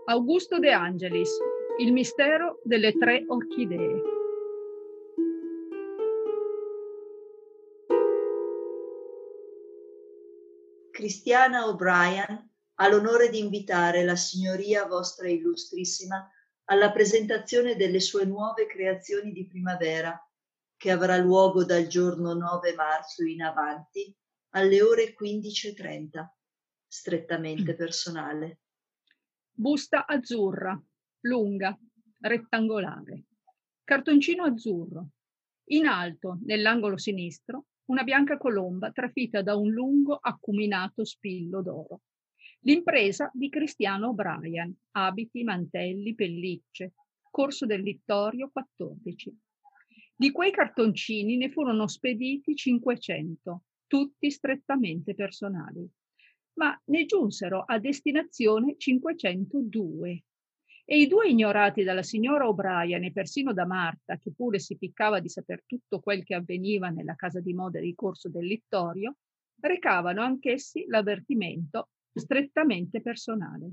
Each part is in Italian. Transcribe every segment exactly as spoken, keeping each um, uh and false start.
Augusto De Angelis, Il mistero delle tre orchidee. Cristiana O'Brien ha l'onore di invitare la Signoria Vostra Illustrissima alla presentazione delle sue nuove creazioni di primavera, che avrà luogo dal giorno nove marzo in avanti alle ore quindici e trenta, strettamente personale. Busta azzurra, lunga, rettangolare. Cartoncino azzurro. In alto, nell'angolo sinistro, una bianca colomba trafita da un lungo acuminato spillo d'oro. L'impresa di Cristiano O'Brien, abiti, mantelli, pellicce, corso del Littorio quattordici. Di quei cartoncini ne furono spediti cinquecento, tutti strettamente personali, ma ne giunsero a destinazione cinquecentodue. E i due ignorati dalla signora O'Brien e persino da Marta, che pure si piccava di saper tutto quel che avveniva nella casa di moda di Corso del Littorio, recavano anch'essi l'avvertimento strettamente personale.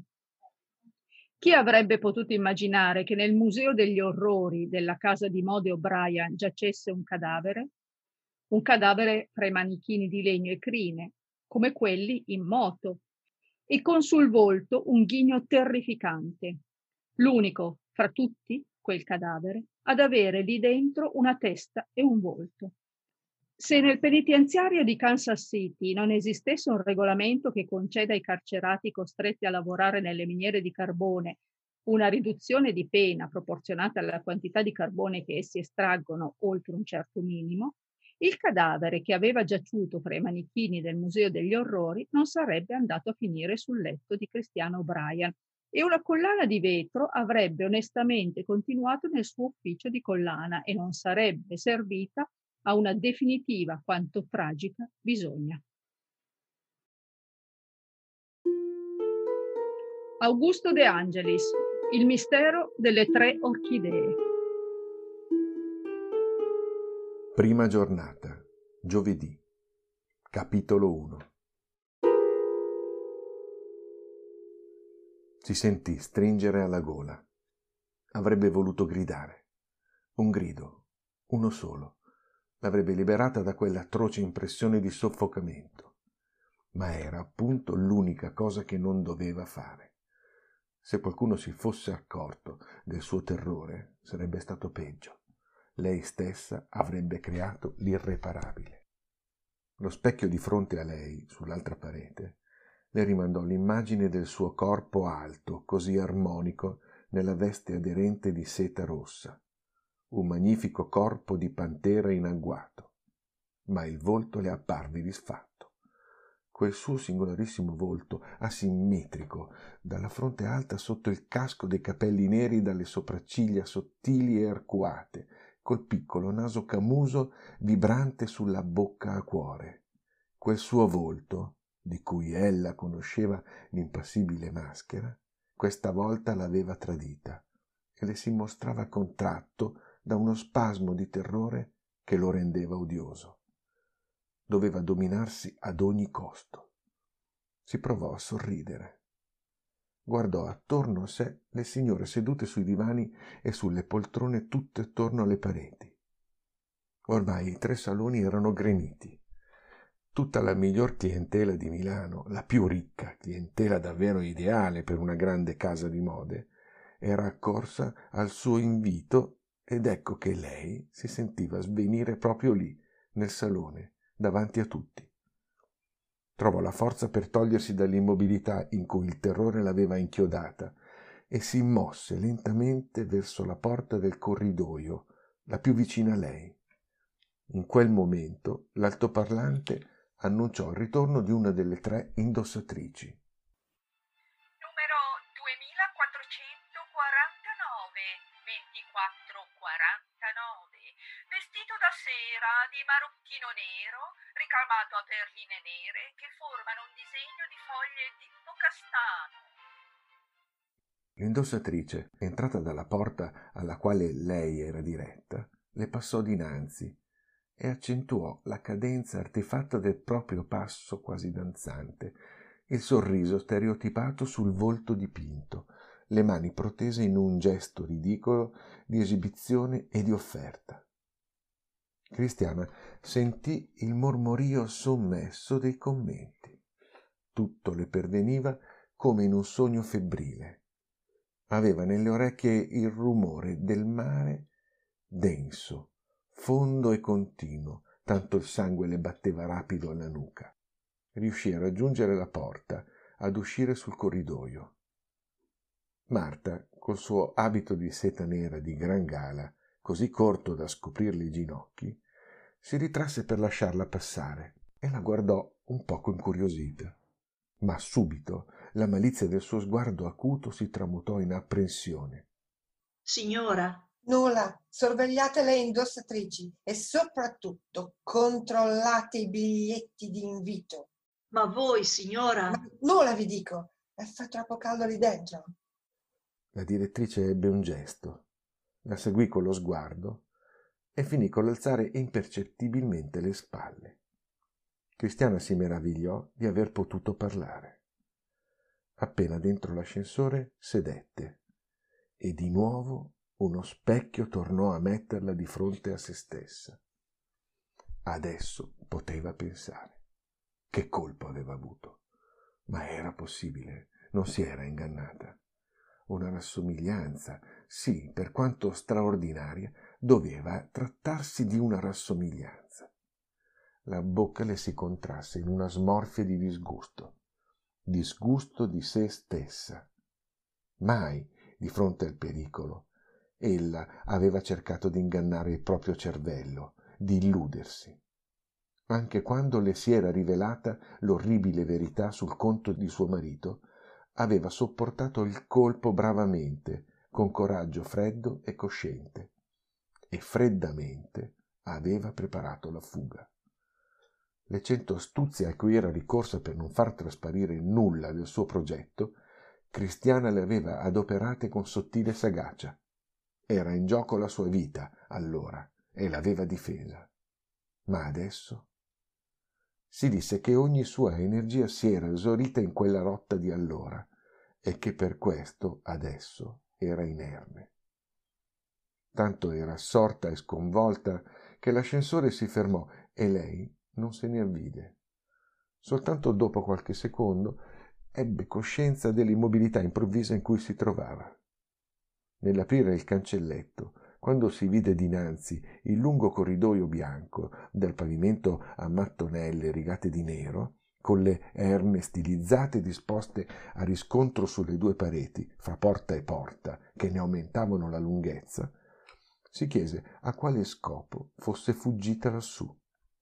Chi avrebbe potuto immaginare che nel Museo degli Orrori della casa di mode O'Brien giacesse un cadavere? Un cadavere fra i manichini di legno e crine, come quelli in moto, e con sul volto un ghigno terrificante. L'unico fra tutti, quel cadavere, ad avere lì dentro una testa e un volto. Se nel penitenziario di Kansas City non esistesse un regolamento che conceda ai carcerati costretti a lavorare nelle miniere di carbone una riduzione di pena proporzionata alla quantità di carbone che essi estraggono oltre un certo minimo, il cadavere che aveva giaciuto fra i manichini del Museo degli Orrori non sarebbe andato a finire sul letto di Cristiano O'Brien e una collana di vetro avrebbe onestamente continuato nel suo ufficio di collana e non sarebbe servita a una definitiva quanto tragica bisogna. Augusto De Angelis, Il mistero delle tre orchidee. Prima giornata, giovedì, capitolo uno. Si sentì stringere alla gola. Avrebbe voluto gridare. Un grido, uno solo, l'avrebbe liberata da quell'atroce impressione di soffocamento. Ma era appunto l'unica cosa che non doveva fare. Se qualcuno si fosse accorto del suo terrore, sarebbe stato peggio. Lei stessa avrebbe creato l'irreparabile. Lo specchio di fronte a lei, sull'altra parete, le rimandò l'immagine del suo corpo alto, così armonico, nella veste aderente di seta rossa. Un magnifico corpo di pantera in agguato. Ma il volto le apparve disfatto. Quel suo singolarissimo volto, asimmetrico, dalla fronte alta sotto il casco dei capelli neri, dalle sopracciglia sottili e arcuate, col piccolo naso camuso vibrante sulla bocca a cuore. Quel suo volto, di cui ella conosceva l'impassibile maschera, questa volta l'aveva tradita e le si mostrava contratto da uno spasmo di terrore che lo rendeva odioso. Doveva dominarsi ad ogni costo. Si provò a sorridere. Guardò attorno a sé le signore sedute sui divani e sulle poltrone tutte attorno alle pareti. Ormai i tre saloni erano gremiti. Tutta la miglior clientela di Milano, la più ricca, clientela davvero ideale per una grande casa di mode, era accorsa al suo invito ed ecco che lei si sentiva svenire proprio lì, nel salone, davanti a tutti. Trovò la forza per togliersi dall'immobilità in cui il terrore l'aveva inchiodata e si mosse lentamente verso la porta del corridoio, la più vicina a lei. In quel momento l'altoparlante annunciò il ritorno di una delle tre indossatrici. Numero duemilaquattrocentoquarantanove, ventiquattro quarantanove, vestito da sera di marocchino nero, ricamato a perline nere che formano un disegno di foglie di castano. L'indossatrice, entrata dalla porta alla quale lei era diretta, le passò dinanzi e accentuò la cadenza artefatta del proprio passo quasi danzante, il sorriso stereotipato sul volto dipinto, le mani protese in un gesto ridicolo di esibizione e di offerta. Cristiana sentì il mormorio sommesso dei commenti. Tutto le perveniva come in un sogno febbrile. Aveva nelle orecchie il rumore del mare denso, fondo e continuo, tanto il sangue le batteva rapido alla nuca. Riuscì a raggiungere la porta, ad uscire sul corridoio. Marta, col suo abito di seta nera di gran gala, così corto da scoprirle i ginocchi, si ritrasse per lasciarla passare e la guardò un poco incuriosita. Ma subito la malizia del suo sguardo acuto si tramutò in apprensione. Signora? Nulla, sorvegliate le indossatrici e soprattutto controllate i biglietti di invito. Ma voi, signora? Ma nulla vi dico, e fa troppo caldo lì dentro. La direttrice ebbe un gesto, la seguì con lo sguardo e finì con l'alzare impercettibilmente le spalle. Cristiana si meravigliò di aver potuto parlare. Appena dentro l'ascensore sedette e di nuovo uno specchio tornò a metterla di fronte a se stessa. Adesso poteva pensare. Che colpo aveva avuto? Ma era possibile, non si era ingannata. Una rassomiglianza, sì, per quanto straordinaria, doveva trattarsi di una rassomiglianza. La bocca le si contrasse in una smorfia di disgusto, disgusto di se stessa. Mai, di fronte al pericolo, ella aveva cercato di ingannare il proprio cervello, di illudersi. Anche quando le si era rivelata l'orribile verità sul conto di suo marito, aveva sopportato il colpo bravamente, con coraggio freddo e cosciente, e freddamente aveva preparato la fuga. Le cento astuzie a cui era ricorsa per non far trasparire nulla del suo progetto, Cristiana le aveva adoperate con sottile sagacia. Era in gioco la sua vita, allora, e l'aveva difesa. Ma adesso? Si disse che ogni sua energia si era esaurita in quella rotta di allora e che per questo adesso era inerme. Tanto era assorta e sconvolta che l'ascensore si fermò e lei non se ne avvide. Soltanto dopo qualche secondo ebbe coscienza dell'immobilità improvvisa in cui si trovava. Nell'aprire il cancelletto, quando si vide dinanzi il lungo corridoio bianco dal pavimento a mattonelle rigate di nero, con le erme stilizzate disposte a riscontro sulle due pareti, fra porta e porta, che ne aumentavano la lunghezza, si chiese a quale scopo fosse fuggita lassù.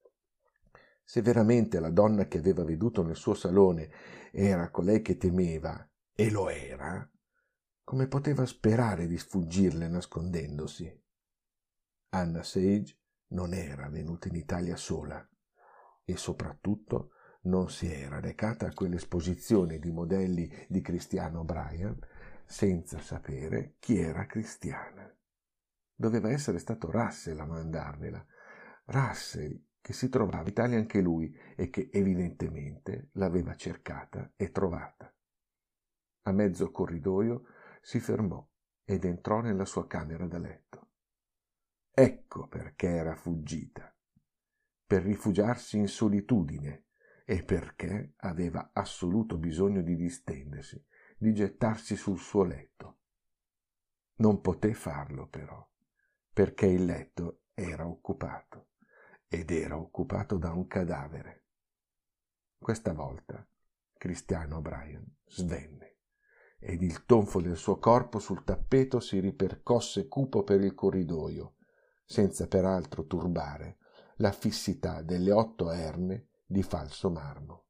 Se veramente la donna che aveva veduto nel suo salone era colei che temeva, e lo era, come poteva sperare di sfuggirle nascondendosi? Anna Sage non era venuta in Italia sola e soprattutto non si era recata a quell'esposizione di modelli di Christiana O'Brien senza sapere chi era Cristiana. Doveva essere stato Russell a mandarvela, Russell che si trovava in Italia anche lui e che evidentemente l'aveva cercata e trovata. A mezzo corridoio si fermò ed entrò nella sua camera da letto. Ecco perché era fuggita, per rifugiarsi in solitudine e perché aveva assoluto bisogno di distendersi, di gettarsi sul suo letto. Non poté farlo però, perché il letto era occupato ed era occupato da un cadavere. Questa volta Christiana O'Brien svenne ed il tonfo del suo corpo sul tappeto si ripercosse cupo per il corridoio, senza peraltro turbare la fissità delle otto erme di falso marmo.